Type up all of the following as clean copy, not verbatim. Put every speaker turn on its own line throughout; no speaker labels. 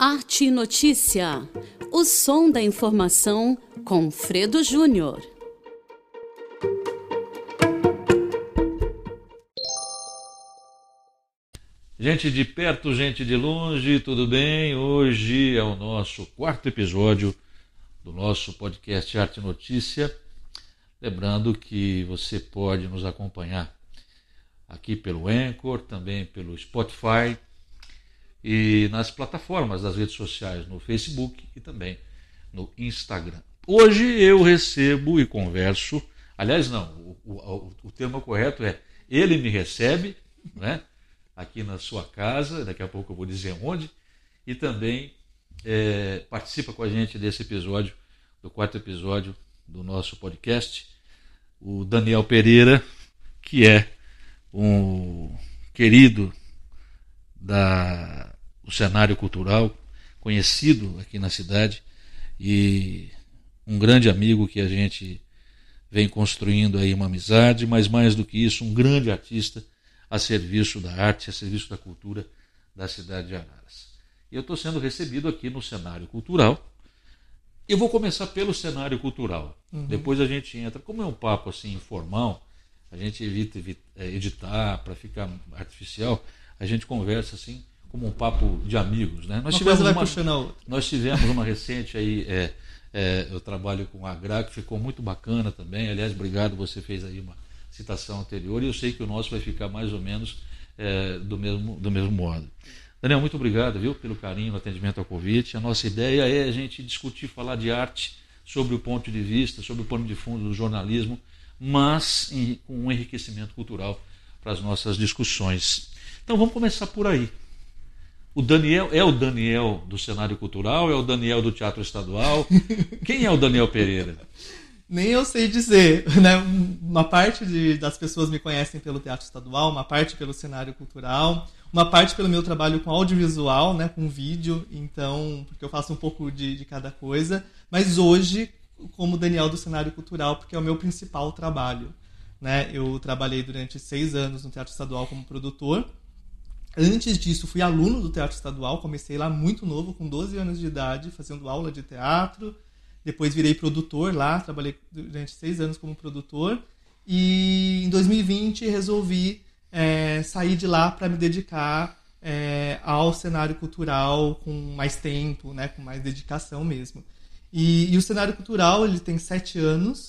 Arte e Notícia, o som da informação com Fredo Júnior.
Gente de perto, gente de longe, tudo bem? Hoje é o nosso quarto episódio do nosso podcast Arte e Notícia. Lembrando que você pode nos acompanhar aqui pelo Anchor, também pelo Spotify e nas plataformas das redes sociais, no Facebook e também no Instagram. Hoje eu recebo e converso, aliás não, o termo correto é ele me recebe, né? Aqui na sua casa, daqui a pouco eu vou dizer onde, e também participa com a gente desse episódio, do quarto episódio do nosso podcast, o Daniel Pereira, que é um querido do cenário cultural, conhecido aqui na cidade, e um grande amigo que a gente vem construindo aí uma amizade, mas mais do que isso, um grande artista a serviço da arte, a serviço da cultura da cidade de Araras. E eu estou sendo recebido aqui no cenário cultural. Eu vou começar pelo cenário cultural. Depois a gente entra, como é um papo assim informal, a gente evita editar para ficar artificial, a gente conversa assim como um papo de amigos, né? Nós tivemos uma recente aí, eu trabalho com a Gra, que ficou muito bacana também. Aliás, obrigado, você fez aí uma citação anterior, e eu sei que o nosso vai ficar mais ou menos do mesmo modo. Daniel, muito obrigado, viu, pelo carinho no atendimento ao convite. A nossa ideia é a gente discutir, falar de arte sobre o ponto de vista, sobre o pano de fundo do jornalismo, mas com um enriquecimento cultural para as nossas discussões. Então vamos começar por aí. O Daniel é o Daniel do cenário cultural, é o Daniel do Teatro Estadual? Quem é o Daniel Pereira?
Nem eu sei dizer, né? Uma parte das pessoas me conhecem pelo Teatro Estadual, uma parte pelo cenário cultural, uma parte pelo meu trabalho com audiovisual, né? Com vídeo, então, porque eu faço um pouco de cada coisa, mas hoje como Daniel do cenário cultural, porque é o meu principal trabalho, né? Eu trabalhei durante 6 anos no Teatro Estadual como produtor. Antes disso, fui aluno do Teatro Estadual, comecei lá muito novo, com 12 anos de idade, fazendo aula de teatro. Depois virei produtor lá, trabalhei durante 6 anos como produtor. E em 2020 resolvi sair de lá para me dedicar ao cenário cultural com mais tempo, né, com mais dedicação mesmo. E o cenário cultural, ele tem 7 anos.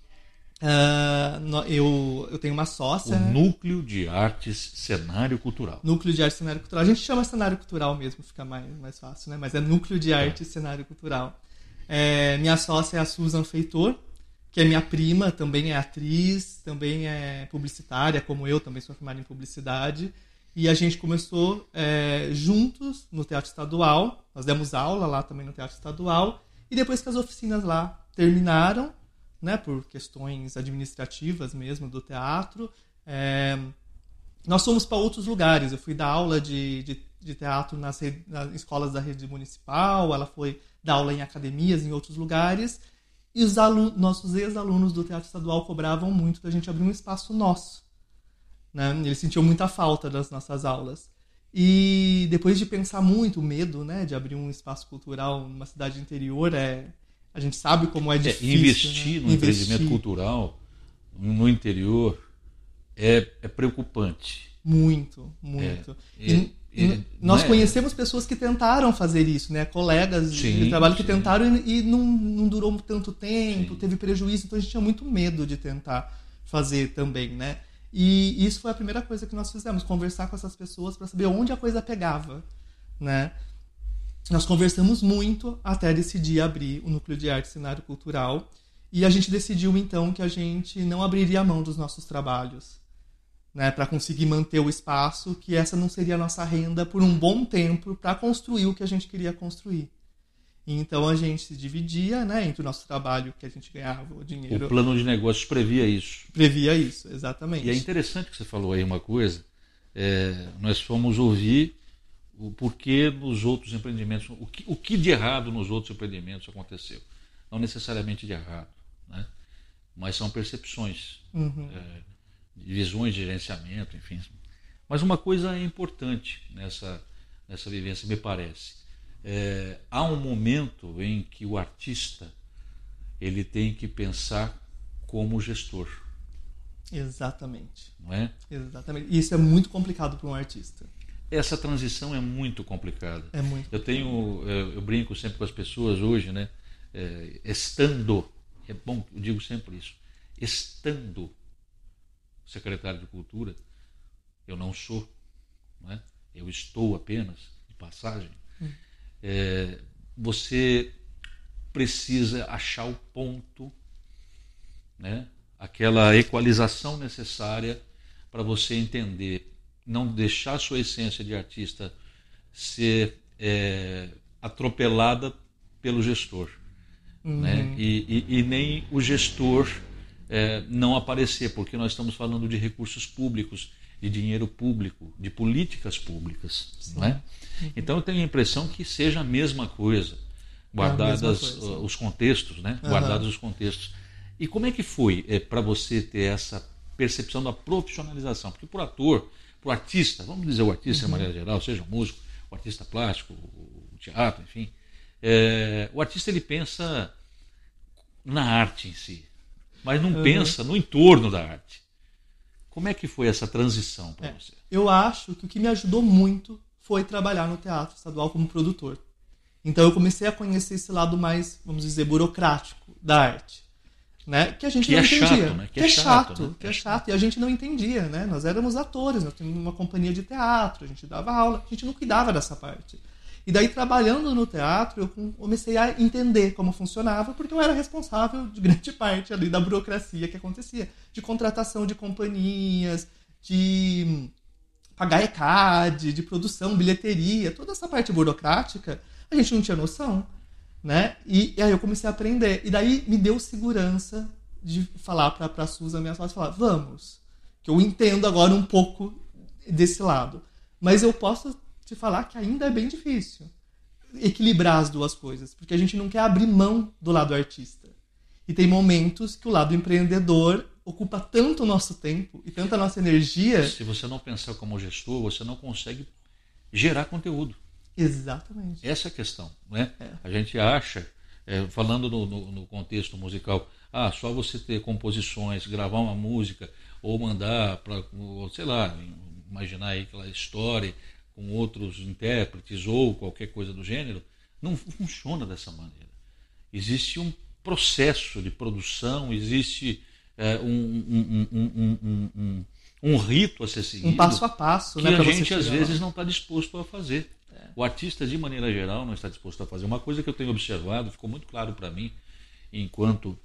Eu tenho uma sócia.
O Núcleo de Artes Cenário Cultural.
Núcleo de Arte Cenário Cultural. A gente chama cenário cultural mesmo, fica mais fácil, né? Mas é Núcleo de Arte Cenário Cultural. Minha sócia é a Susan Feitor, que é minha prima, também é atriz, também é publicitária, como eu, também sou formada em publicidade. E a gente começou juntos no Teatro Estadual. Nós demos aula lá também no Teatro Estadual. E depois que as oficinas lá terminaram, né, por questões administrativas mesmo do teatro, nós fomos para outros lugares. Eu fui dar aula de teatro nas escolas da rede municipal, ela foi dar aula em academias, em outros lugares, e os nossos ex-alunos do Teatro Estadual cobravam muito da gente abrir um espaço nosso, né? Eles sentiam muita falta das nossas aulas. E depois de pensar muito, o medo, né, de abrir um espaço cultural numa cidade interior, a gente sabe como é difícil.
Investir, né? No empreendimento cultural no interior é preocupante.
Muito. Nós conhecemos pessoas que tentaram fazer isso, né? Colegas de trabalho que tentaram e não durou tanto tempo, teve prejuízo, então a gente tinha muito medo de tentar fazer também, né? E isso foi a primeira coisa que nós fizemos, conversar com essas pessoas para saber onde a coisa pegava, né? Nós conversamos muito até decidir abrir o Núcleo de Arte e Cenário Cultural, e a gente decidiu então que a gente não abriria a mão dos nossos trabalhos, né, para conseguir manter o espaço, que essa não seria a nossa renda por um bom tempo para construir o que a gente queria construir. E então a gente se dividia, né, entre o nosso trabalho, que a gente ganhava o dinheiro.
O plano de negócios previa isso.
Previa isso, exatamente.
E é interessante que você falou aí uma coisa, nós fomos ouvir o porquê nos outros empreendimentos, o que de errado nos outros empreendimentos aconteceu. Não necessariamente de errado, né, mas são percepções, visões de gerenciamento, enfim. Mas uma coisa é importante nessa vivência, me parece. há um momento em que o artista ele tem que pensar como gestor.
Exatamente.
Não é?
Exatamente. E isso é muito complicado para um artista.
Essa transição é muito complicada.
É muito
Eu brinco sempre com as pessoas hoje, né? Estando, é bom, eu digo sempre isso, estando secretário de Cultura, eu não sou, não é? Eu estou apenas de passagem. Você precisa achar o ponto, né? Aquela equalização necessária para você entender, não deixar a sua essência de artista ser atropelada pelo gestor, né? E nem o gestor não aparecer, porque nós estamos falando de recursos públicos, de dinheiro público, de políticas públicas. Não é? Então eu tenho a impressão que seja a mesma coisa, guardadas os contextos, né? Guardados os contextos. E como é que foi para você ter essa percepção da profissionalização? Porque para o ator, para o artista, vamos dizer o artista de maneira geral, seja o músico, o artista plástico, o teatro, enfim, o artista ele pensa na arte em si, mas não pensa no entorno da arte. Como é que foi essa transição para você?
Eu acho que o que me ajudou muito foi trabalhar no Teatro Estadual como produtor. Então eu comecei a conhecer esse lado mais, vamos dizer, burocrático da arte. Né? Que a gente não entendia.
Chato, né?
Que é chato. E a gente não entendia, né? Nós éramos atores, nós tínhamos uma companhia de teatro, a gente dava aula, a gente não cuidava dessa parte. E daí, trabalhando no teatro, eu comecei a entender como funcionava, porque eu era responsável de grande parte ali da burocracia que acontecia. De contratação de companhias, de pagar ECAD, de produção, bilheteria, toda essa parte burocrática, a gente não tinha noção. Né? E aí eu comecei a aprender. E daí me deu segurança de falar para a Susan, minha sócia, falar, vamos. Que eu entendo agora um pouco desse lado. Mas eu posso te falar que ainda é bem difícil equilibrar as duas coisas. Porque a gente não quer abrir mão do lado artista. E tem momentos que o lado empreendedor ocupa tanto o nosso tempo e tanta nossa energia.
Se você não pensar como gestor, você não consegue gerar conteúdo.
Exatamente.
Essa é a questão, né? A gente acha, falando no contexto musical, só você ter composições, gravar uma música ou mandar para, sei lá, imaginar aí aquela história com outros intérpretes ou qualquer coisa do gênero, não funciona dessa maneira. Existe um processo de produção, existe um rito a ser seguido.
Um passo a passo,
que
né,
a gente às vezes não está disposto a fazer. O artista, de maneira geral, não está disposto a fazer. Uma coisa que eu tenho observado, ficou muito claro para mim, enquanto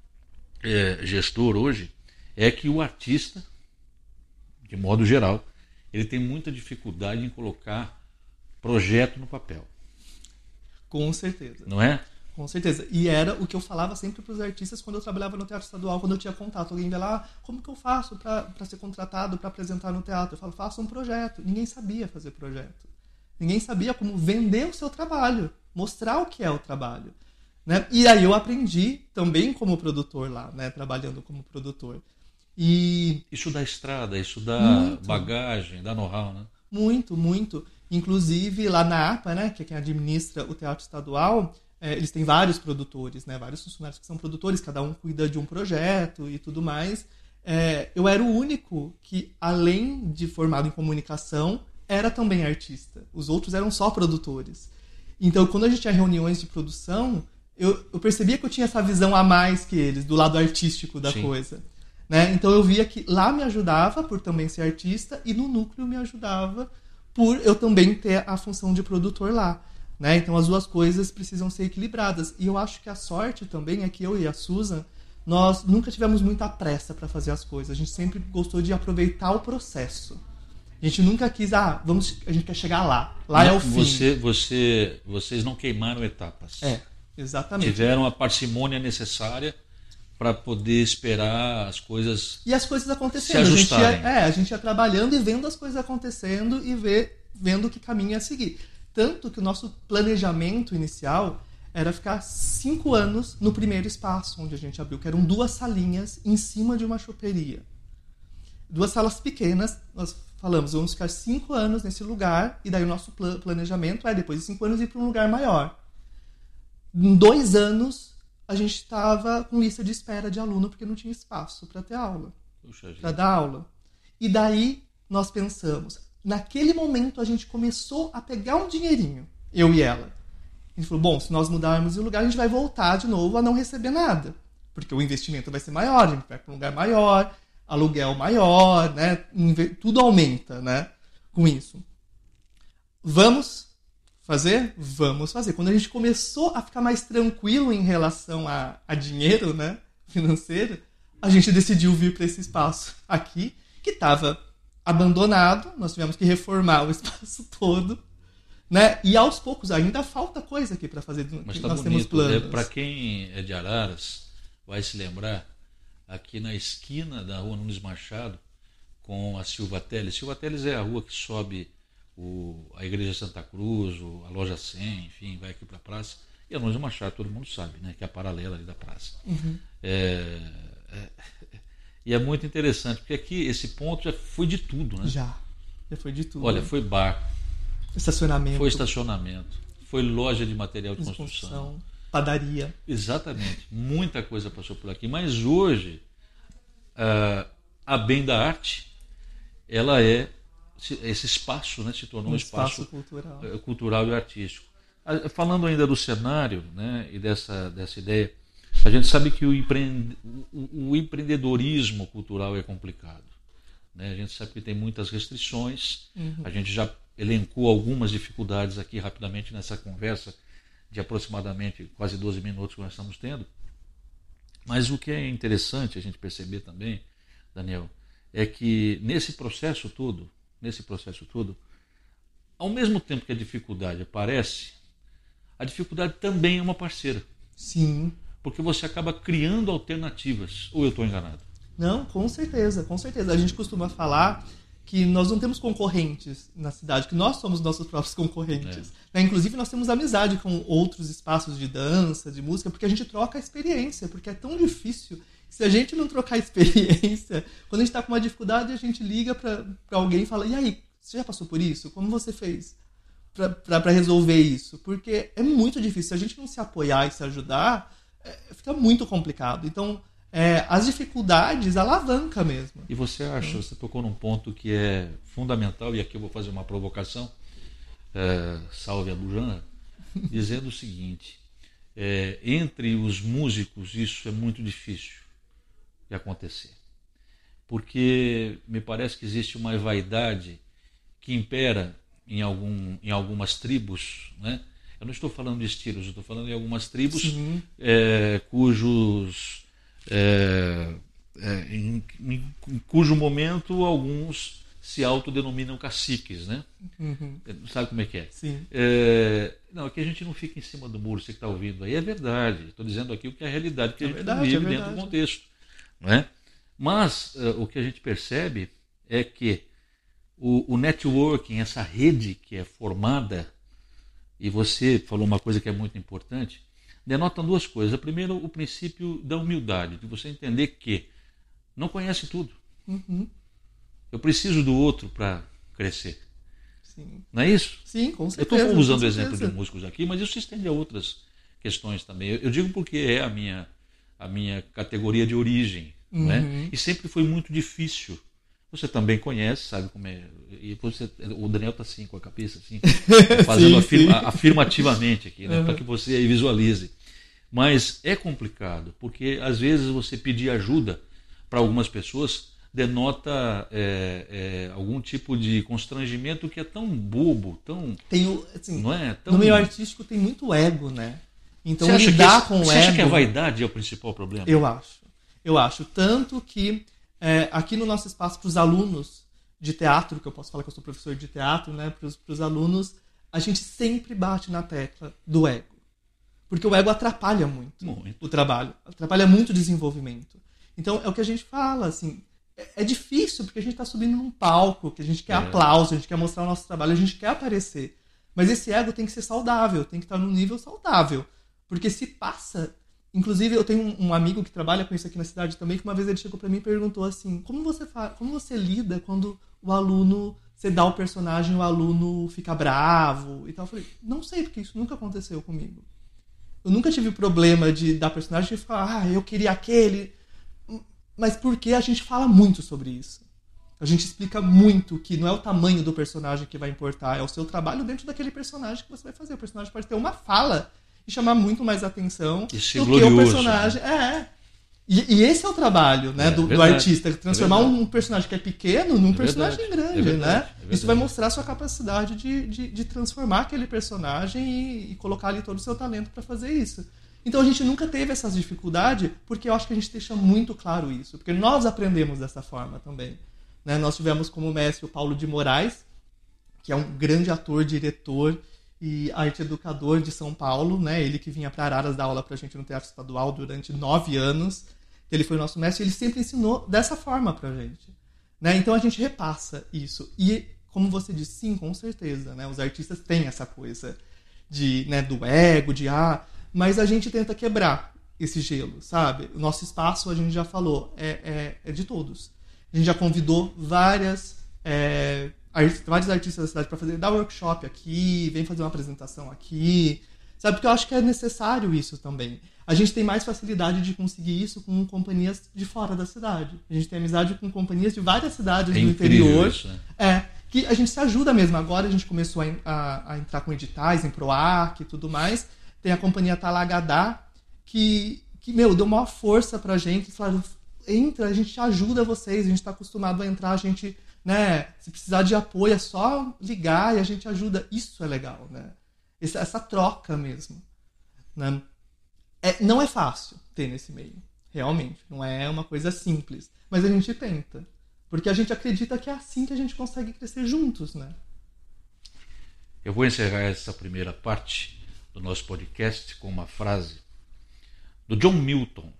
gestor hoje, é que o artista, de modo geral, ele tem muita dificuldade em colocar projeto no papel.
Com certeza.
Não é?
Com certeza. E era o que eu falava sempre para os artistas quando eu trabalhava no Teatro Estadual, quando eu tinha contato. Alguém ia lá, como que eu faço para ser contratado, para apresentar no teatro? Eu falo, faça um projeto. Ninguém sabia fazer projeto. Ninguém sabia como vender o seu trabalho, mostrar o que é o trabalho. Né? E aí eu aprendi também como produtor lá, né? Trabalhando como produtor. E
isso dá estrada, isso dá bagagem, dá know-how, né?
Muito, muito. Inclusive lá na APA, né, que é quem administra o Teatro Estadual, eles têm vários produtores, né, vários funcionários que são produtores, cada um cuida de um projeto e tudo mais. Eu era o único que, além de formado em comunicação, era também artista. Os outros eram só produtores. Então, quando a gente tinha reuniões de produção, eu percebia que eu tinha essa visão a mais que eles, do lado artístico da coisa. Né? Então, eu via que lá me ajudava, por também ser artista, e no núcleo me ajudava, por eu também ter a função de produtor lá. Né? Então, as duas coisas precisam ser equilibradas. E eu acho que a sorte também é que eu e a Susan, nós nunca tivemos muita pressa para fazer as coisas. A gente sempre gostou de aproveitar o processo. A gente nunca quis, a gente quer chegar lá. Lá não, é o fim.
Vocês não queimaram etapas.
Exatamente.
Tiveram a parcimônia necessária para poder esperar as coisas
e as coisas acontecendo.
Se ajustarem.
A gente ia trabalhando e vendo as coisas acontecendo e vendo que caminho ia seguir. Tanto que o nosso planejamento inicial era ficar 5 anos no primeiro espaço onde a gente abriu, que eram 2 salinhas em cima de uma choperia. 2 salas pequenas, nós falamos, vamos ficar 5 anos nesse lugar, e daí o nosso planejamento é, depois de 5 anos, ir para um lugar maior. Em 2 anos, a gente estava com lista de espera de aluno, porque não tinha espaço para ter aula, para dar aula. E daí, nós pensamos, naquele momento, a gente começou a pegar um dinheirinho, eu e ela. A gente falou, bom, se nós mudarmos de lugar, a gente vai voltar de novo a não receber nada, porque o investimento vai ser maior, a gente vai para um lugar maior, aluguel maior, né? Tudo aumenta, né? Com isso. Vamos fazer? Vamos fazer. Quando a gente começou a ficar mais tranquilo em relação a dinheiro, né? Financeiro, a gente decidiu vir para esse espaço aqui, que estava abandonado, nós tivemos que reformar o espaço todo, né? E aos poucos ainda falta coisa aqui para fazer.
Mas tá
nós
bonito,
temos planos.
Para quem é de Araras, vai se lembrar, aqui na esquina da Rua Nunes Machado, com a Silva Teles. Silva Teles é a rua que sobe a Igreja Santa Cruz, a Loja 100, enfim, vai aqui para a praça. E a Nunes Machado, todo mundo sabe, né, que é a paralela ali da praça.
Uhum.
E é muito interessante, porque aqui esse ponto já foi de tudo, né?
Já foi de tudo.
Olha, foi bar,
estacionamento,
foi estacionamento, foi loja de material de construção,
padaria.
Exatamente, muita coisa passou por aqui. Mas hoje, a Bem da Arte, ela esse espaço, né, se tornou um espaço cultural e artístico. Falando ainda do cenário, né, e dessa ideia, a gente sabe que o empreendedorismo cultural é complicado, né? A gente sabe que tem muitas restrições. A gente já elencou algumas dificuldades aqui rapidamente nessa conversa de aproximadamente quase 12 minutos que nós estamos tendo. Mas o que é interessante a gente perceber também, Daniel, é que nesse processo todo, ao mesmo tempo que a dificuldade aparece, a dificuldade também é uma parceira.
Sim.
Porque você acaba criando alternativas. Ou eu estou enganado?
Não, com certeza, com certeza. A gente costuma falar que nós não temos concorrentes na cidade, que nós somos nossos próprios concorrentes. Inclusive, nós temos amizade com outros espaços de dança, de música, porque a gente troca a experiência, porque é tão difícil. Se a gente não trocar a experiência, quando a gente está com uma dificuldade, a gente liga para alguém e fala, e aí, você já passou por isso? Como você fez para resolver isso? Porque é muito difícil. Se a gente não se apoiar e se ajudar, fica muito complicado. Então, as dificuldades alavanca mesmo.
E você acha, você tocou num ponto que é fundamental, e aqui eu vou fazer uma provocação, salve a Bujana, dizendo o seguinte, entre os músicos isso é muito difícil de acontecer, porque me parece que existe uma vaidade que impera em algumas tribos, né? Eu não estou falando de estilos, eu estou falando em algumas tribos em cujo momento alguns se autodenominam caciques, né? Sabe como é que é?
Sim.
Não, aqui a gente não fica em cima do muro, você que está ouvindo aí, é verdade. Estou dizendo aqui o que é a realidade que a gente vive dentro do contexto. Não é? Mas o que a gente percebe é que o networking, essa rede que é formada, e você falou uma coisa que é muito importante, denotam 2 coisas. A primeira, o princípio da humildade, de você entender que não conhece tudo. Eu preciso do outro para crescer.
Sim.
Não é isso?
Sim, com certeza.
Eu estou usando o exemplo de músicos aqui, mas isso se estende a outras questões também. Eu digo porque é a minha categoria de origem. Não é? E sempre foi muito difícil. Você também conhece, sabe como é. E o Daniel está assim, com a cabeça assim, fazendo afirmativamente aqui, né, para que você aí visualize. Mas é complicado, porque às vezes você pedir ajuda para algumas pessoas denota algum tipo de constrangimento que é tão bobo, tão... não é? Tão...
No meio artístico tem muito ego, né? Então
você
lidar com o ego...
Você acha que a vaidade é o principal problema?
Eu acho. Tanto que aqui no nosso espaço, para os alunos de teatro, que eu posso falar que eu sou professor de teatro, né? Para os alunos, a gente sempre bate na tecla do ego. Porque o ego atrapalha muito o trabalho, atrapalha muito o desenvolvimento. Então, é o que a gente fala, assim, é difícil porque a gente está subindo num palco, que a gente quer aplauso, a gente quer mostrar o nosso trabalho, a gente quer aparecer. Mas esse ego tem que ser saudável, tem que estar num nível saudável. Porque se passa Inclusive, eu tenho um amigo que trabalha com isso aqui na cidade também, que uma vez ele chegou para mim e perguntou assim, como você lida quando o aluno, você dá o personagem e o aluno fica bravo e tal? Eu falei, não sei, porque isso nunca aconteceu comigo. Eu nunca tive o problema de dar personagem e falar, eu queria aquele. Mas porque a gente fala muito sobre isso. A gente explica muito que não é o tamanho do personagem que vai importar, é o seu trabalho dentro daquele personagem que você vai fazer. O personagem pode ter uma fala e chamar muito mais atenção do que o personagem. E esse é o trabalho, né, do artista, transformar um personagem que é pequeno num personagem grande, né? Isso vai mostrar a sua capacidade de transformar aquele personagem e colocar ali todo o seu talento para fazer isso. Então a gente nunca teve essas dificuldades, porque eu acho que a gente deixa muito claro isso, porque nós aprendemos dessa forma também. Né? Nós tivemos como mestre o Paulo de Moraes, que é um grande ator, diretor e arte-educador de São Paulo, né? Ele que vinha para Araras dar aula para a gente no Teatro Estadual durante 9 anos. Ele foi o nosso mestre e ele sempre ensinou dessa forma para a gente. Né? Então a gente repassa isso. E, como você disse, sim, com certeza, né? Os artistas têm essa coisa do ego, mas a gente tenta quebrar esse gelo, sabe? O nosso espaço, a gente já falou, é de todos. A gente já convidou vários artistas da cidade para dar workshop aqui, vem fazer uma apresentação aqui, sabe? Porque eu acho que é necessário isso também. A gente tem mais facilidade de conseguir isso com companhias de fora da cidade. A gente tem amizade com companhias de várias cidades do interior. Isso, né? Que a gente se ajuda mesmo. Agora a gente começou a entrar com editais em PROAC e tudo mais. Tem a companhia Talagadá, que deu maior força pra gente. Falaram, entra, a gente ajuda vocês, a gente tá acostumado a entrar, a gente, né, se precisar de apoio é só ligar e a gente ajuda. Isso é legal, né? Essa troca mesmo. Né? Não é fácil ter nesse meio, realmente. Não é uma coisa simples. Mas a gente tenta. Porque a gente acredita que é assim que a gente consegue crescer juntos, né?
Eu vou encerrar essa primeira parte do nosso podcast com uma frase do John Milton.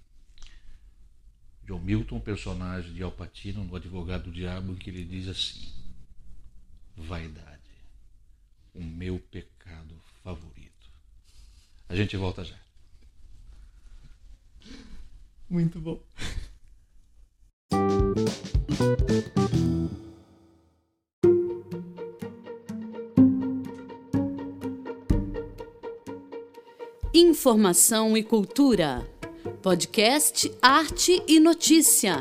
John Milton, personagem de Al Pacino no Advogado do Diabo, que ele diz assim: vaidade, o meu pecado favorito. A gente volta já.
Muito bom.
Informação e cultura. Podcast Arte e Notícia.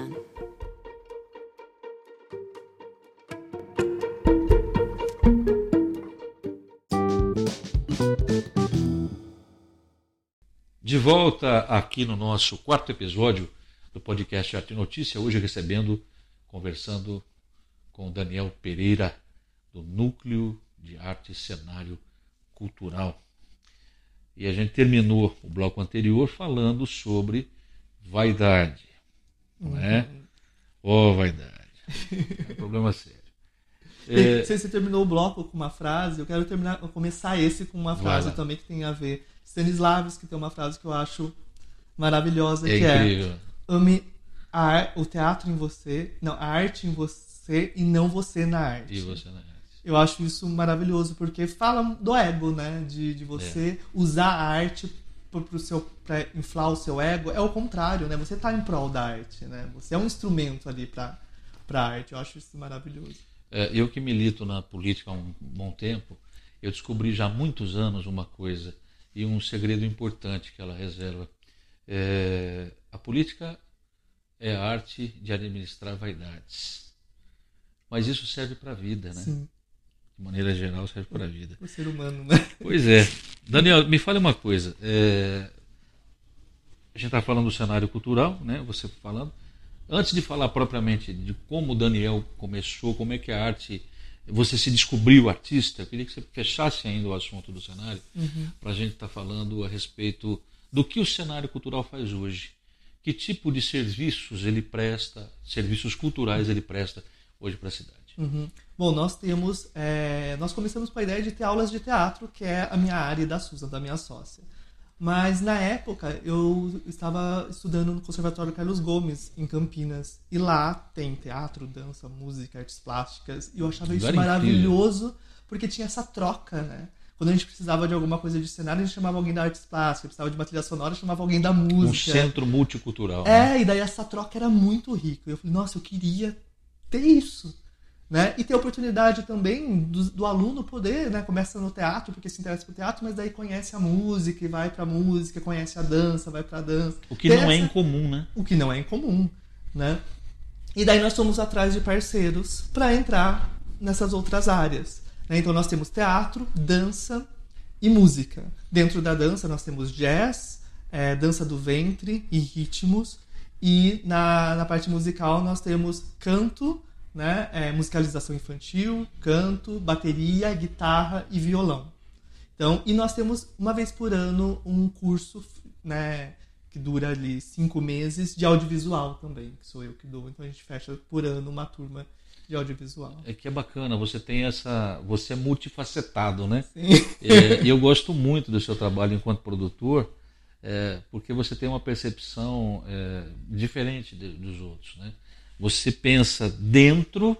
De volta aqui no nosso quarto episódio do podcast Arte e Notícia, hoje conversando com Daniel Pereira, do Núcleo de Arte e Cenário Cultural. E a gente terminou o bloco anterior falando sobre vaidade. Não é? Vaidade. É um problema sério.
Você terminou o bloco com uma frase, eu quero começar esse com uma frase também que tem a ver. Stanislavski tem uma frase que eu acho maravilhosa, que
incrível.
Ame o teatro em você, não, a arte em você e não você na arte.
E você na arte.
Eu acho isso maravilhoso, porque fala do ego, né? De você usar a arte para inflar o seu ego. É o contrário, né? Você está em prol da arte, né? Você é um instrumento ali para a arte. Eu acho isso maravilhoso.
Eu que milito na política há um bom tempo, eu descobri já há muitos anos uma coisa e um segredo importante que ela reserva. A política é a arte de administrar vaidades. Mas isso serve para a vida, né?
Sim.
De maneira geral, serve para a vida.
O ser humano, né?
Pois é. Daniel, me fale uma coisa. A gente está falando do cenário cultural, né? Você falando. Antes de falar propriamente de como o Daniel começou, como é que a arte... Você se descobriu artista, eu queria que você fechasse ainda o assunto do cenário, para a gente estar falando a respeito do que o cenário cultural faz hoje. Que tipo de serviços ele presta, serviços culturais ele presta hoje para a cidade?
Bom, nós começamos com a ideia de ter aulas de teatro, que é a minha área da Susan, da minha sócia. Mas na época eu estava estudando no Conservatório Carlos Gomes, em Campinas. E lá tem teatro, dança, música, artes plásticas. E eu achava isso maravilhoso, porque tinha essa troca, né? Quando a gente precisava de alguma coisa de cenário, a gente chamava alguém da artes plásticas. Precisava de uma trilha sonora, chamava alguém da música.
Um centro multicultural. Né?
E daí essa troca era muito rica. Eu falei, nossa, eu queria ter isso. Né? E ter a oportunidade também do aluno poder, né? Começa no teatro, porque se interessa por teatro, mas daí conhece a música e vai pra música, conhece a dança, vai pra dança.
O que não é incomum, né?
O que não é incomum, né? E daí nós fomos atrás de parceiros para entrar nessas outras áreas. Né? Então nós temos teatro, dança e música. Dentro da dança nós temos jazz, dança do ventre e ritmos. E na parte musical nós temos canto, né? Musicalização infantil, canto, bateria, guitarra e violão. Então, e nós temos uma vez por ano um curso, né, que dura ali 5 meses de audiovisual também, que sou eu que dou. Então a gente fecha por ano uma turma de audiovisual.
É que é bacana, você tem você é multifacetado, né?
Sim.
E eu gosto muito do seu trabalho enquanto produtor, porque você tem uma percepção diferente dos outros, né? Você pensa dentro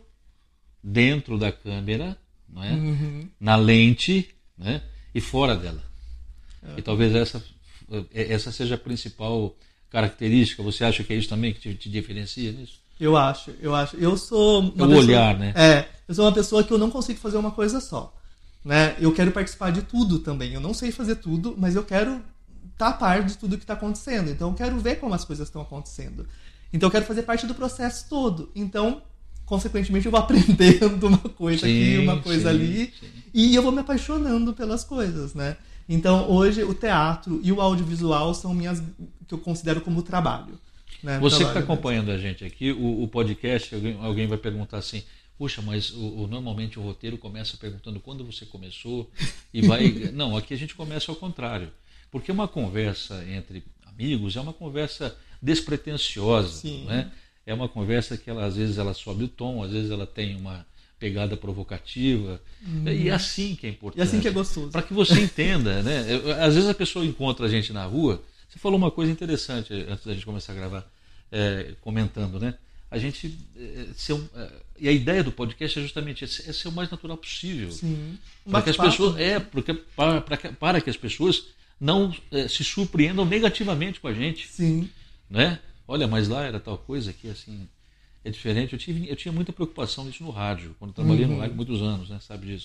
da câmera, não é?
Uhum.
Na lente, né? E fora dela. E talvez essa seja a principal característica. Você acha que é isso também que te diferencia nisso?
Eu acho. Eu sou uma
pessoa, olhar, né?
Eu sou uma pessoa que eu não consigo fazer uma coisa só. Né? Eu quero participar de tudo também. Eu não sei fazer tudo, mas eu quero estar a par de tudo que está acontecendo. Então eu quero ver como as coisas estão acontecendo. Então eu quero fazer parte do processo todo. Então, consequentemente, eu vou aprendendo uma coisa aqui, uma coisa ali. Sim. E eu vou me apaixonando pelas coisas, né? Então, hoje, o teatro e o audiovisual são que eu considero como trabalho. Né?
Você que está acompanhando a gente aqui, o podcast, alguém vai perguntar assim, puxa, mas normalmente o roteiro começa perguntando quando você começou e vai... Não, aqui a gente começa ao contrário. Porque uma conversa entre amigos é uma conversa despretensiosa, né? É uma conversa que às vezes ela sobe o tom, às vezes ela tem uma pegada provocativa, e é assim que é importante.
E assim que é gostoso.
Para que você entenda, né? Às vezes a pessoa encontra a gente na rua, você falou uma coisa interessante antes da gente começar a gravar, comentando, né? A gente e a ideia do podcast é justamente ser o mais natural possível.
Sim.
Para que as pessoas para que as pessoas não se surpreendam negativamente com a gente.
Sim.
Né? Olha, mas lá era tal coisa aqui, assim, é diferente. Eu tinha muita preocupação nisso no rádio, quando trabalhei no rádio muitos anos, né? Sabe disso.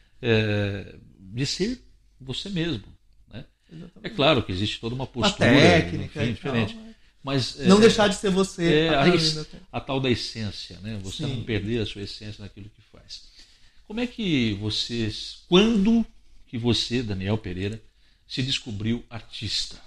De ser você mesmo. Né? É claro que existe toda uma postura,
uma técnica,
enfim, diferente. Mas,
não deixar de ser você.
A tal da essência, né? Você não perder a sua essência naquilo que faz. Como é que quando que você, Daniel Pereira, se descobriu artista?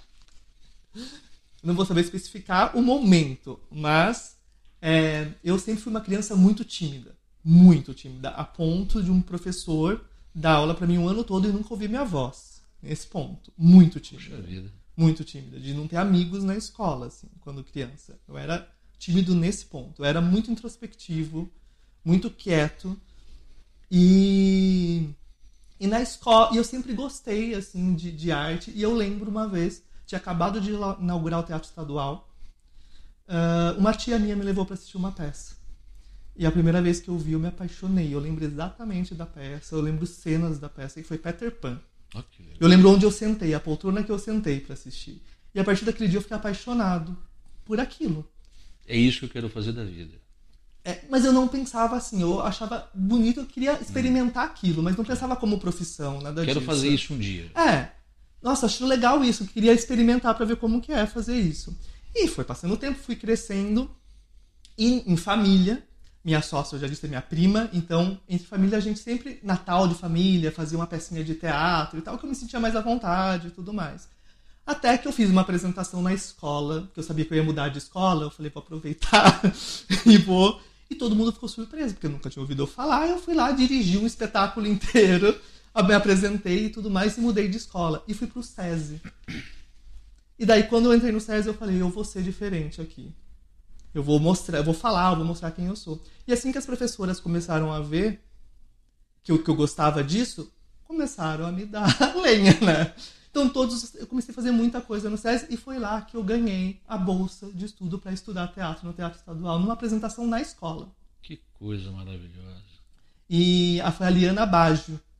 Não vou saber especificar o momento, mas eu sempre fui uma criança muito tímida, a ponto de um professor dar aula para mim o ano todo e nunca ouvir minha voz. Nesse ponto, muito tímida.
Puxa vida.
Muito tímida, de não ter amigos na escola, assim, quando criança. Eu era tímido nesse ponto, eu era muito introspectivo, muito quieto, e na escola, e eu sempre gostei, assim, de arte, e eu lembro uma vez, tinha acabado de inaugurar o Teatro Estadual, uma tia minha me levou para assistir uma peça. E a primeira vez que eu vi, eu me apaixonei. Eu lembro exatamente da peça, eu lembro cenas da peça, que foi Peter Pan.
Okay.
Eu lembro onde eu sentei, a poltrona que eu sentei para assistir. E a partir daquele dia eu fiquei apaixonado por aquilo.
É isso que eu quero fazer da vida.
Mas eu não pensava assim, eu achava bonito, eu queria experimentar aquilo, mas não pensava como profissão, nada disso.
Quero fazer isso um dia.
Nossa, achei legal isso, queria experimentar para ver como que é fazer isso. E foi passando o tempo, fui crescendo, e em família, minha sócia, eu já disse, é minha prima, então, entre família, a gente sempre, Natal de família, fazia uma pecinha de teatro e tal, que eu me sentia mais à vontade e tudo mais. Até que eu fiz uma apresentação na escola, porque eu sabia que eu ia mudar de escola, eu falei, vou aproveitar e vou. E todo mundo ficou surpreso, porque eu nunca tinha ouvido eu falar, eu fui lá, dirigi um espetáculo inteiro, me apresentei e tudo mais, e mudei de escola. E fui pro SESI. E daí, quando eu entrei no SESI, eu falei, eu vou ser diferente aqui. Eu vou mostrar quem eu sou. E assim que as professoras começaram a ver que eu gostava disso, começaram a me dar lenha, né? Então eu comecei a fazer muita coisa no SESI e foi lá que eu ganhei a bolsa de estudo para estudar teatro no Teatro Estadual, numa apresentação na escola.
Que coisa maravilhosa.
E foi a Liana Baggio.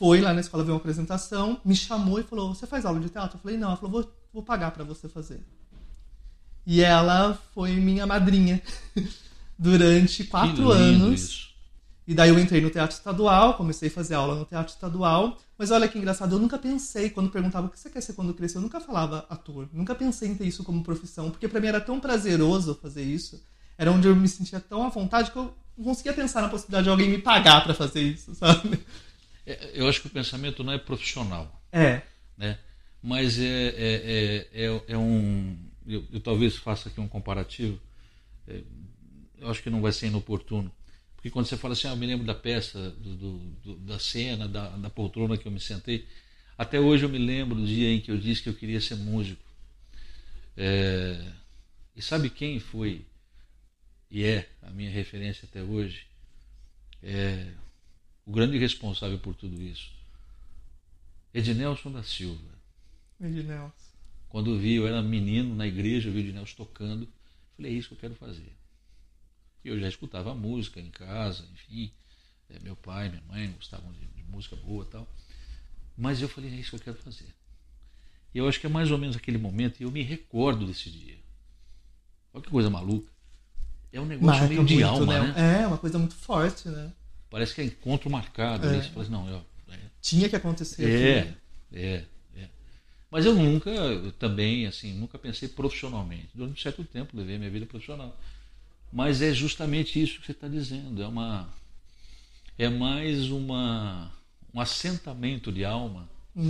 foi lá na escola ver uma apresentação, me chamou e falou, você faz aula de teatro? Eu falei, não. Ela falou, vou pagar pra você fazer. E ela foi minha madrinha durante 4 anos.
Isso.
E daí eu entrei no Teatro Estadual, comecei a fazer aula no Teatro Estadual. Mas olha que engraçado, eu nunca pensei, quando perguntava o que você quer ser quando crescer, eu nunca falava ator. Nunca pensei em ter isso como profissão, porque pra mim era tão prazeroso fazer isso. Era onde eu me sentia tão à vontade que eu não conseguia pensar na possibilidade de alguém me pagar pra fazer isso, sabe?
Eu acho que o pensamento não é profissional.
É.
Né? Mas é um... Eu talvez faça aqui um comparativo. Eu acho que não vai ser inoportuno. Porque quando você fala assim, eu me lembro da peça, da cena, da poltrona que eu me sentei. Até hoje eu me lembro do dia em que eu disse que eu queria ser músico. E sabe quem foi e é a minha referência até hoje? O grande responsável por tudo isso. Ednelson da Silva.
Ednelson.
Quando eu era menino na igreja, eu vi o Ednelson tocando. Falei, é isso que eu quero fazer. E eu já escutava música em casa, enfim. Meu pai, minha mãe gostavam de música boa e tal. Mas eu falei, é isso que eu quero fazer. E eu acho que é mais ou menos aquele momento, e eu me recordo desse dia. Olha que coisa maluca. É um negócio meio de alma, né?
É, uma coisa muito forte, né?
Parece que é encontro marcado. Você fala assim, não,
tinha que acontecer.
Mas eu também, assim, nunca pensei profissionalmente. Durante um certo tempo levei a minha vida profissional. Mas é justamente isso que você está dizendo. É mais um assentamento de alma,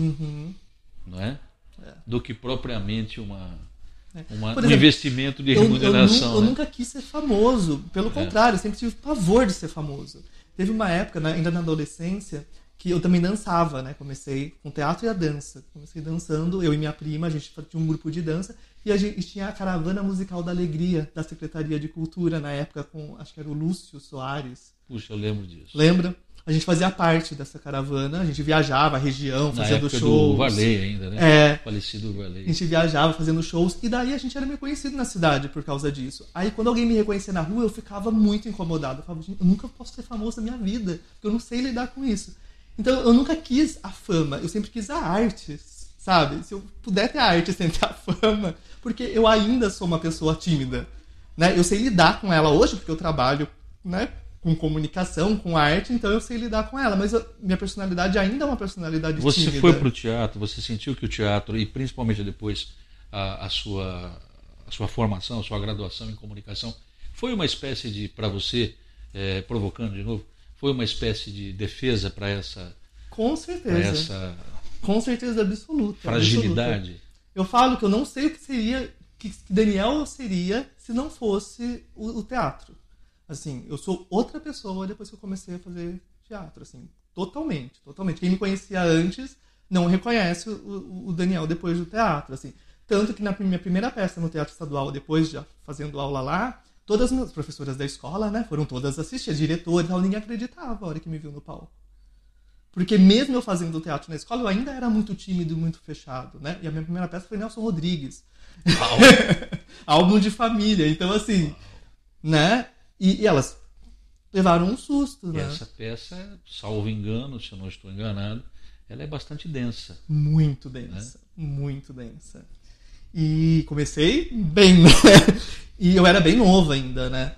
não é? Do que propriamente um exemplo, investimento de remuneração.
Eu nunca quis ser famoso. Pelo contrário, eu sempre tive pavor de ser famoso. Teve uma época, né, ainda na adolescência, que eu também dançava, né? Comecei com teatro e a dança. Comecei dançando, eu e minha prima, a gente tinha um grupo de dança. E a gente tinha a Caravana Musical da Alegria, da Secretaria de Cultura, na época, com, acho que era o Lúcio Soares.
Puxa, eu lembro disso.
Lembra? A gente fazia parte dessa caravana, a gente viajava a região, fazendo shows.
Do Varley ainda, né? Falecido Varley.
A gente viajava fazendo shows, e daí a gente era meio conhecido na cidade por causa disso. Aí quando alguém me reconhecia na rua, eu ficava muito incomodado. Eu falava, gente, eu nunca posso ser famoso na minha vida, porque eu não sei lidar com isso. Então eu nunca quis a fama, eu sempre quis a arte, sabe? Se eu puder ter a arte sem ter a fama, porque eu ainda sou uma pessoa tímida, né? Eu sei lidar com ela hoje, porque eu trabalho, né, com comunicação, com arte, então eu sei lidar com ela, mas minha personalidade ainda é uma personalidade tímida.
Você foi pro teatro, você sentiu que o teatro, e principalmente depois a sua formação, a sua graduação em comunicação, foi uma espécie de, para você, provocando de novo, foi uma espécie de defesa para essa...
Com certeza. Com certeza absoluta.
Fragilidade.
Absoluta. Eu falo que eu não sei o que seria, que Daniel seria se não fosse o teatro. Assim, eu sou outra pessoa depois que eu comecei a fazer teatro, assim, totalmente. Quem me conhecia antes não reconhece o Daniel depois do teatro, assim. Tanto que na minha primeira peça no Teatro Estadual, depois de fazendo aula lá, todas as minhas professoras da escola, né, foram todas assistir, diretores, ninguém acreditava a hora que me viu no palco. Porque mesmo eu fazendo teatro na escola, eu ainda era muito tímido, muito fechado, né? E a minha primeira peça foi Nelson Rodrigues. Álbum de família. Então, assim, né? E elas levaram um susto, né?
E essa peça, salvo engano, se eu não estou enganado, ela é bastante densa.
Muito densa. Né? Muito densa. E comecei bem, né? E eu era bem novo ainda, né?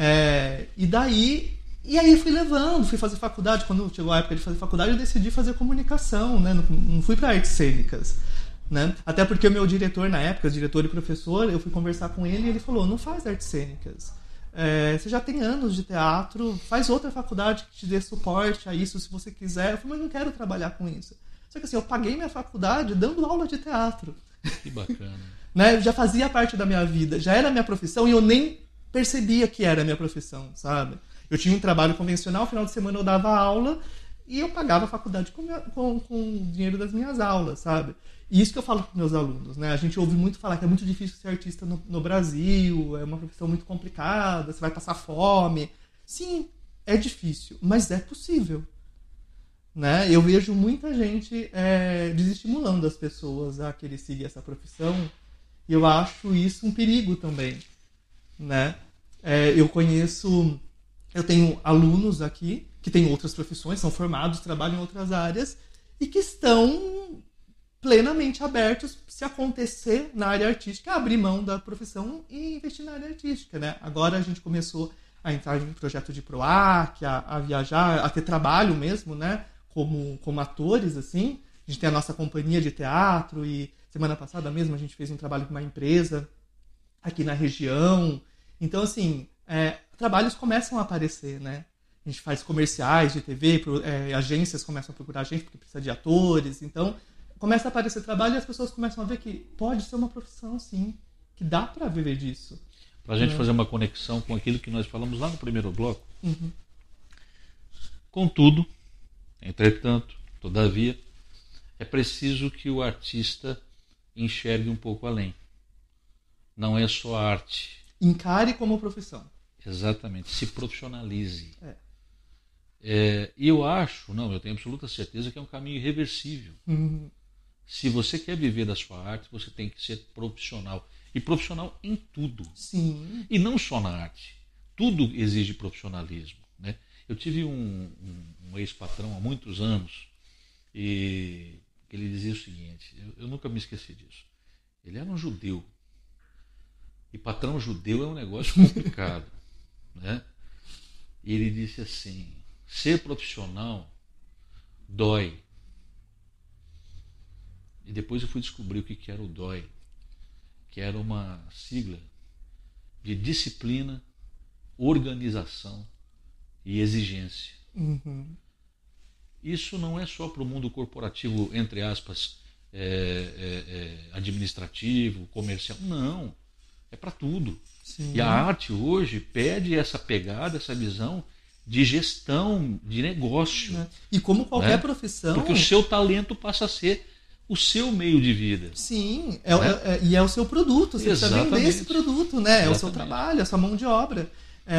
E aí fui levando, fui fazer faculdade. Quando chegou a época de fazer faculdade, eu decidi fazer comunicação, né? Não fui para artes cênicas, né? Até porque o meu diretor na época, diretor e professor, eu fui conversar com ele e ele falou, não faz artes cênicas. Você já tem anos de teatro, faz outra faculdade que te dê suporte a isso, se você quiser. Eu falei, mas não quero trabalhar com isso. Só que assim, eu paguei minha faculdade dando aula de teatro.
Que bacana.
Né? Já fazia parte da minha vida, já era minha profissão e eu nem percebia que era minha profissão, sabe? Eu tinha um trabalho convencional, no final de semana eu dava aula e eu pagava a faculdade com o dinheiro das minhas aulas, sabe? E isso que eu falo para meus alunos, né? A gente ouve muito falar que é muito difícil ser artista no Brasil, é uma profissão muito complicada, você vai passar fome. Sim, é difícil, mas é possível. Né? Eu vejo muita gente desestimulando as pessoas a querer seguir essa profissão e eu acho isso um perigo também. Né? Eu tenho alunos aqui que têm outras profissões, são formados, trabalham em outras áreas e que estão plenamente abertos, se acontecer na área artística, a abrir mão da profissão e investir na área artística, né? Agora a gente começou a entrar em projeto de PROAC, a viajar, a ter trabalho mesmo, né? Como atores, assim. A gente tem a nossa companhia de teatro e semana passada mesmo a gente fez um trabalho com uma empresa aqui na região. Então, assim, trabalhos começam a aparecer, né? A gente faz comerciais de TV, agências começam a procurar a gente porque precisa de atores. Então, começa a aparecer trabalho e as pessoas começam a ver que pode ser uma profissão, sim, que dá para viver disso.
Para a gente fazer uma conexão com aquilo que nós falamos lá no primeiro bloco. Contudo, entretanto, todavia, é preciso que o artista enxergue um pouco além. Não é só arte.
Encare como profissão.
Exatamente, se profissionalize. E eu tenho absoluta certeza que é um caminho irreversível. Se você quer viver da sua arte, você tem que ser profissional. E profissional em tudo.
Sim.
E não só na arte. Tudo exige profissionalismo, né? Eu tive um ex-patrão há muitos anos e ele dizia o seguinte, eu nunca me esqueci disso. Ele era um judeu. E patrão judeu é um negócio complicado. Né? E ele disse assim, ser profissional dói. E depois eu fui descobrir o que era o DOI, que era uma sigla de disciplina, organização e exigência. Isso não é só para o mundo corporativo, entre aspas, administrativo, comercial. Não, é para tudo. Sim. E a arte hoje pede essa pegada, essa visão de gestão, de negócio.
E como qualquer profissão...
Porque o seu talento passa a ser o seu meio de vida.
Sim, e é o seu produto. Você precisa vender esse produto, né? É o seu trabalho, a sua mão de obra.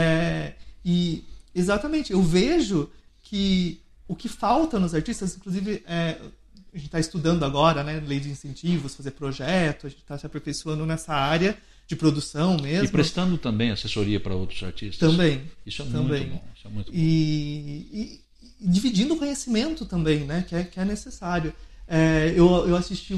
E exatamente, eu vejo que o que falta nos artistas, inclusive, a gente está estudando agora, né, lei de incentivos, fazer projeto, a gente está se aperfeiçoando nessa área de produção mesmo.
E prestando também assessoria para outros artistas.
Também.
Isso é muito bom. Isso é muito bom.
E dividindo o conhecimento também, né, que é necessário. Eu assisti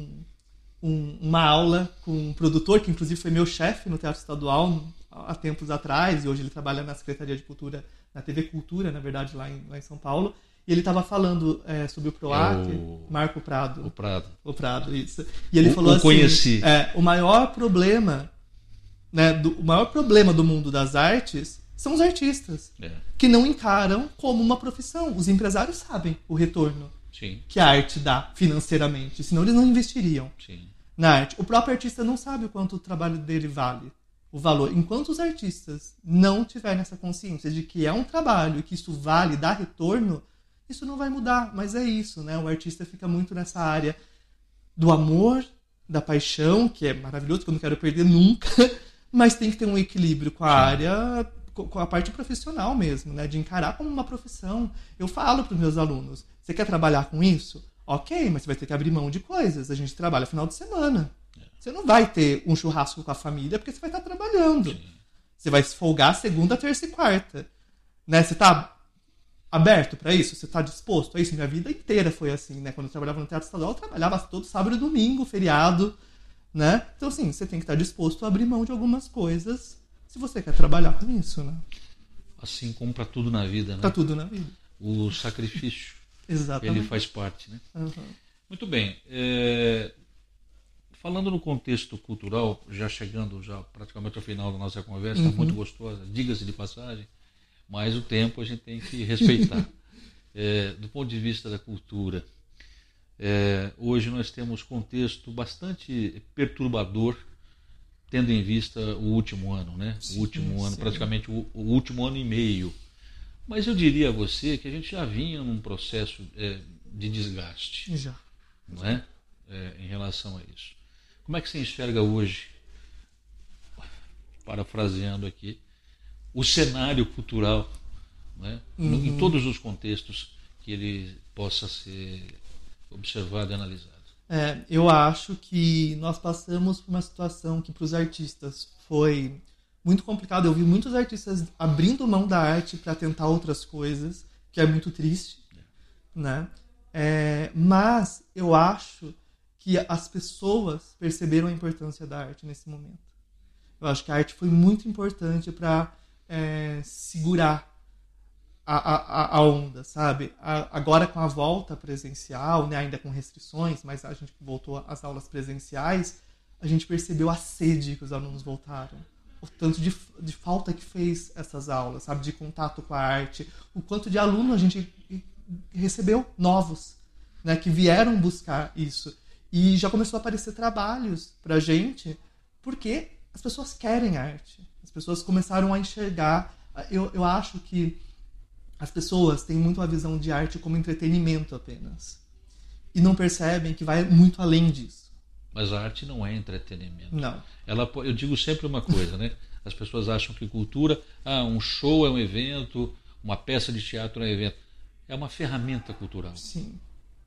uma aula com um produtor, que inclusive foi meu chefe no Teatro Estadual há tempos atrás, e hoje ele trabalha na Secretaria de Cultura, na TV Cultura, na verdade, lá em São Paulo. E ele estava falando sobre o PROAC, Marco Prado. O Prado, isso. E ele falou assim,
conheci.
O maior problema, né, o maior problema do mundo das artes são os artistas, que não encaram como uma profissão. Os empresários sabem o retorno que a arte dá financeiramente, senão eles não investiriam na arte. O próprio artista não sabe o quanto o trabalho dele vale, o valor. Enquanto os artistas não tiverem essa consciência de que é um trabalho e que isso vale, dá retorno, isso não vai mudar, mas é isso, né? O artista fica muito nessa área do amor, da paixão, que é maravilhoso, que eu não quero perder nunca, mas tem que ter um equilíbrio com a área, com a parte profissional mesmo, né? De encarar como uma profissão. Eu falo para os meus alunos, você quer trabalhar com isso? Ok, mas você vai ter que abrir mão de coisas. A gente trabalha final de semana. Você não vai ter um churrasco com a família porque você vai estar trabalhando. Você vai se folgar segunda, terça e quarta. Né? Você está aberto para isso? Você está disposto a isso? Minha vida inteira foi assim, né? Quando eu trabalhava no Teatro Estadual, eu trabalhava todo sábado e domingo, feriado, né? Então, assim, você tem que estar disposto a abrir mão de algumas coisas se você quer trabalhar com isso, né?
Assim como para tudo na vida, né?
Para tudo na vida.
O sacrifício,
exatamente,
ele faz parte, né? Muito bem. Falando no contexto cultural, já chegando praticamente ao final da nossa conversa, muito gostosa, diga-se de passagem, mas o tempo a gente tem que respeitar. Do ponto de vista da cultura, hoje nós temos contexto bastante perturbador, tendo em vista o último ano, né? O último ano, praticamente o último ano e meio. Mas eu diria a você que a gente já vinha num processo de desgaste.
Já.
Não é? Em relação a isso. Como é que você enxerga hoje, parafraseando aqui, o cenário cultural, né? Em todos os contextos que ele possa ser observado e analisado?
Eu acho que nós passamos por uma situação que para os artistas foi muito complicado. Eu vi muitos artistas abrindo mão da arte para tentar outras coisas. que é muito triste, né? Mas eu acho que as pessoas perceberam a importância da arte nesse momento. Eu acho que a arte foi muito importante para segurar a onda, sabe? Agora com a volta presencial, né, ainda com restrições, mas a gente voltou às aulas presenciais, a gente percebeu a sede que os alunos voltaram. O tanto de falta que fez essas aulas, sabe? De contato com a arte. O quanto de aluno a gente recebeu novos, né, que vieram buscar isso. E já começou a aparecer trabalhos pra gente, porque as pessoas querem arte. As pessoas começaram a enxergar. Eu acho que as pessoas têm muito a visão de arte como entretenimento apenas. E não percebem que vai muito além disso.
Mas a arte não é entretenimento.
Não.
Eu digo sempre uma coisa, né? As pessoas acham que cultura, um show é um evento, uma peça de teatro é um evento. É uma ferramenta cultural.
Sim.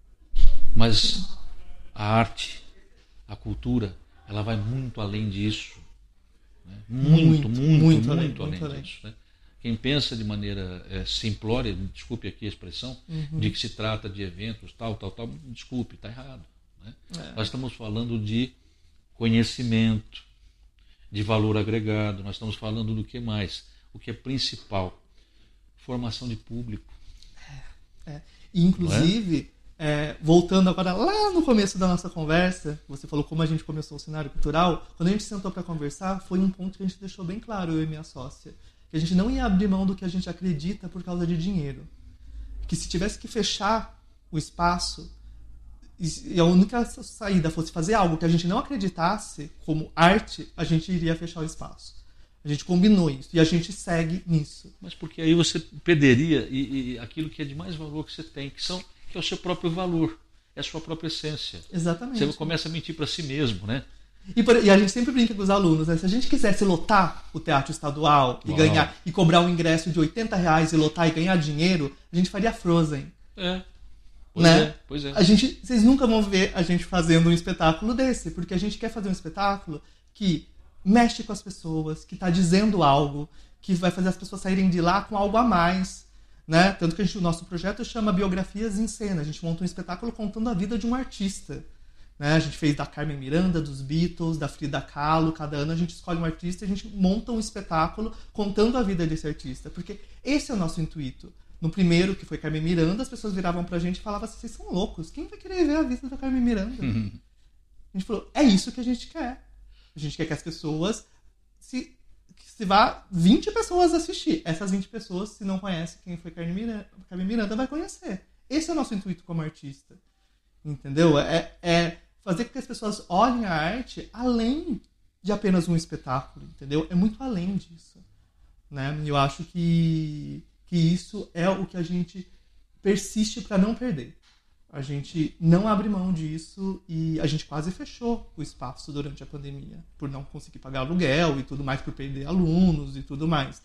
Mas a arte, a cultura, ela vai muito além disso. Né? Muito além disso. Né? Quem pensa de maneira simplória, desculpe aqui a expressão, de que se trata de eventos, tal, desculpe, está errado. Né? Nós estamos falando de conhecimento, de valor agregado, nós estamos falando do que mais? O que é principal? Formação de público.
Inclusive, voltando agora lá no começo da nossa conversa, você falou como a gente começou o cenário cultural, quando a gente sentou para conversar, foi um ponto que a gente deixou bem claro, eu e minha sócia, que a gente não ia abrir mão do que a gente acredita por causa de dinheiro. Que se tivesse que fechar o espaço, e a única saída fosse fazer algo que a gente não acreditasse como arte, a gente iria fechar o espaço. A gente combinou isso e a gente segue nisso.
Mas porque aí você perderia aquilo que é de mais valor que você tem, que é o seu próprio valor, é a sua própria essência.
Exatamente.
Você começa a mentir para si mesmo, né?
E a gente sempre brinca com os alunos, né? Se a gente quisesse lotar o teatro estadual e ganhar e cobrar um ingresso de R$80 e lotar e ganhar dinheiro, a gente faria Frozen. Pois é. Vocês nunca vão ver a gente fazendo um espetáculo desse, porque a gente quer fazer um espetáculo que mexe com as pessoas, que está dizendo algo, que vai fazer as pessoas saírem de lá com algo a mais, né? Tanto que o nosso projeto chama Biografias em Cena. A gente monta um espetáculo contando a vida de um artista. Né? A gente fez da Carmen Miranda, dos Beatles, da Frida Kahlo. Cada ano a gente escolhe um artista e a gente monta um espetáculo contando a vida desse artista. Porque esse é o nosso intuito. No primeiro, que foi Carmen Miranda, as pessoas viravam pra gente e falavam assim, vocês são loucos, quem vai querer ver a vida da Carmen Miranda? A gente falou, é isso que a gente quer. A gente quer que as pessoas se vá 20 pessoas assistir. Essas 20 pessoas, se não conhecem quem foi Carmen Miranda, vai conhecer. Esse é o nosso intuito como artista. Entendeu? É fazer com que as pessoas olhem a arte além de apenas um espetáculo, entendeu? É muito além disso. Né? E eu acho que isso é o que a gente persiste para não perder. A gente não abre mão disso e a gente quase fechou o espaço durante a pandemia, por não conseguir pagar aluguel e tudo mais, por perder alunos e tudo mais.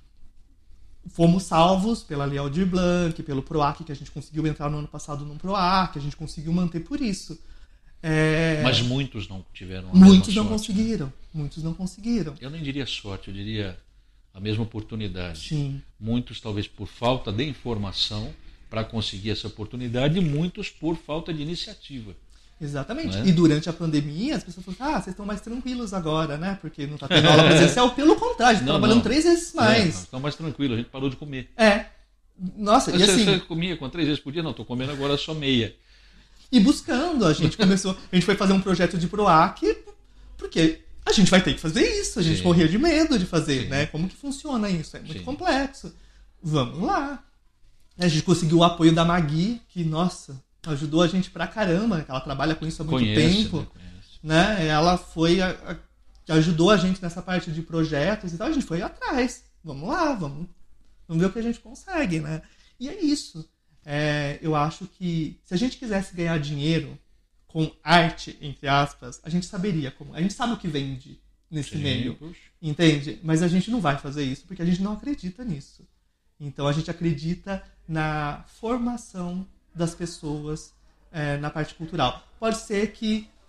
Fomos salvos pela Lei Aldir Blanc, pelo PROAC, que a gente conseguiu entrar no ano passado num PROAC, a gente conseguiu manter por isso.
Mas muitos não tiveram a
Muitos
mesma
não
sorte,
conseguiram.
Né?
Muitos não conseguiram.
Eu nem diria sorte, eu diria a mesma oportunidade.
Sim.
Muitos talvez por falta de informação para conseguir essa oportunidade e muitos por falta de iniciativa.
Exatamente. E durante a pandemia, as pessoas falaram, vocês estão mais tranquilos agora, né? Porque não está tendo aula presencial. Pelo contrário, a gente está trabalhando 3 vezes mais.
Estão mais tranquilos, a gente parou de comer.
Nossa,
mas
e assim...
Você comia com 3 vezes por dia? Não, estou comendo agora só meia.
E buscando, a gente foi fazer um projeto de PROAC, porque a gente vai ter que fazer isso. A gente corria de medo de fazer, né? Como que funciona isso? É muito complexo. Vamos lá. A gente conseguiu o apoio da Magui, que, nossa, ajudou a gente pra caramba, que ela trabalha com isso há muito tempo. Né? Ela ajudou a gente nessa parte de projetos e tal. A gente foi atrás. Vamos lá, vamos ver o que a gente consegue, né? E é isso. Eu acho que se a gente quisesse ganhar dinheiro com arte, entre aspas, a gente saberia como. A gente sabe o que vende nesse meio, entende? Mas a gente não vai fazer isso porque a gente não acredita nisso. Então a gente acredita na formação das pessoas na parte cultural. Pode ser que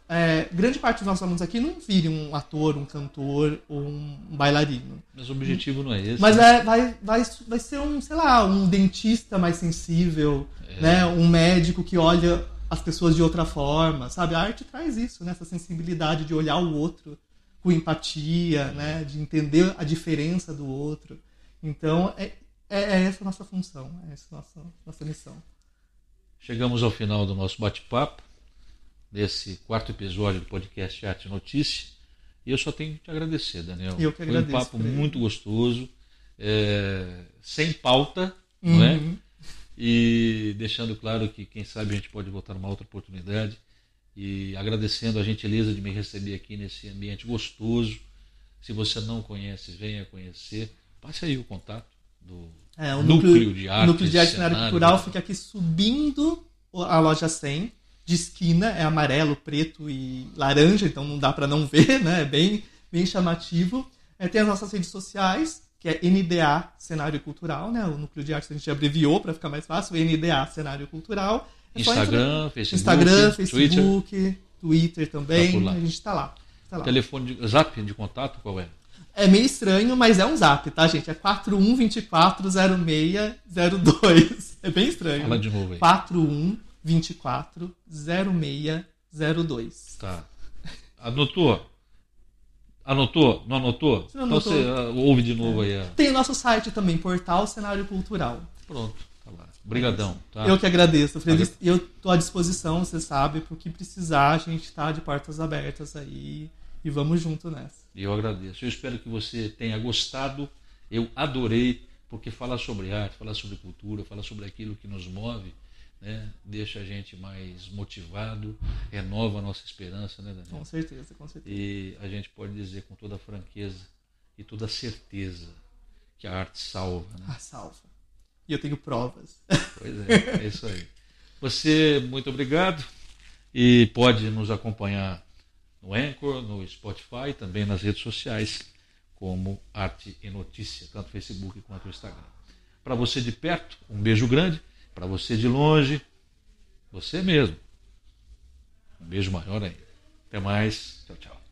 grande parte dos nossos alunos aqui não vire um ator, um cantor ou um bailarino.
Mas o objetivo não é esse.
Mas vai ser um dentista mais sensível, né? Um médico que olha as pessoas de outra forma, sabe? A arte traz isso, né? Essa sensibilidade de olhar o outro com empatia, né? De entender a diferença do outro. Então, é essa a nossa função, é essa a nossa missão.
Chegamos ao final do nosso bate-papo, desse 4º episódio do podcast Arte e Notícia. E eu só tenho que te agradecer, Daniel.
Eu que agradeço.
Foi um papo muito gostoso, sem pauta, não é? E deixando claro que, quem sabe, a gente pode voltar numa outra oportunidade. E agradecendo a gentileza de me receber aqui nesse ambiente gostoso. Se você não conhece, venha conhecer. Passe aí o contato do Núcleo de Arte.
O Núcleo de Arte e Cenário Cultural fica aqui subindo a loja 100, de esquina, é amarelo, preto e laranja, então não dá para não ver, né? É bem chamativo. Tem as nossas redes sociais, que é NDA Cenário Cultural, né? O Núcleo de Arte a gente abreviou para ficar mais fácil, NDA Cenário Cultural.
Instagram, Facebook,
Twitter também, a gente está lá.
Telefone, zap de contato, qual é?
É meio estranho, mas é um zap, tá, gente? É 41240602. É bem estranho.
Fala de novo aí.
41240602.
Tá. Anotou? Não anotou?
Não anotou.
Então você ouve de novo aí.
Tem o nosso site também, Portal Cenário Cultural.
Pronto, tá lá. Obrigadão. Tá?
Eu que agradeço, Feliz. Eu estou à disposição, você sabe, para o que precisar, a gente está de portas abertas aí e vamos junto nessa.
Eu agradeço. Eu espero que você tenha gostado. Eu adorei, porque falar sobre arte, falar sobre cultura, falar sobre aquilo que nos move, né, deixa a gente mais motivado, renova a nossa esperança, né, Daniel?
Com certeza, com certeza.
E a gente pode dizer com toda franqueza e toda certeza que a arte salva. Né?
Salva. E eu tenho provas.
Pois é isso aí. Você, muito obrigado. E pode nos acompanhar no Anchor, no Spotify, também nas redes sociais, como Arte e Notícia, tanto no Facebook quanto no Instagram. Para você de perto, um beijo grande. Para você de longe, você mesmo. Um beijo maior ainda. Até mais. Tchau, tchau.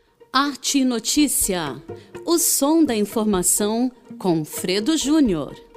Arte e Notícia. O som da informação com Fredo Júnior.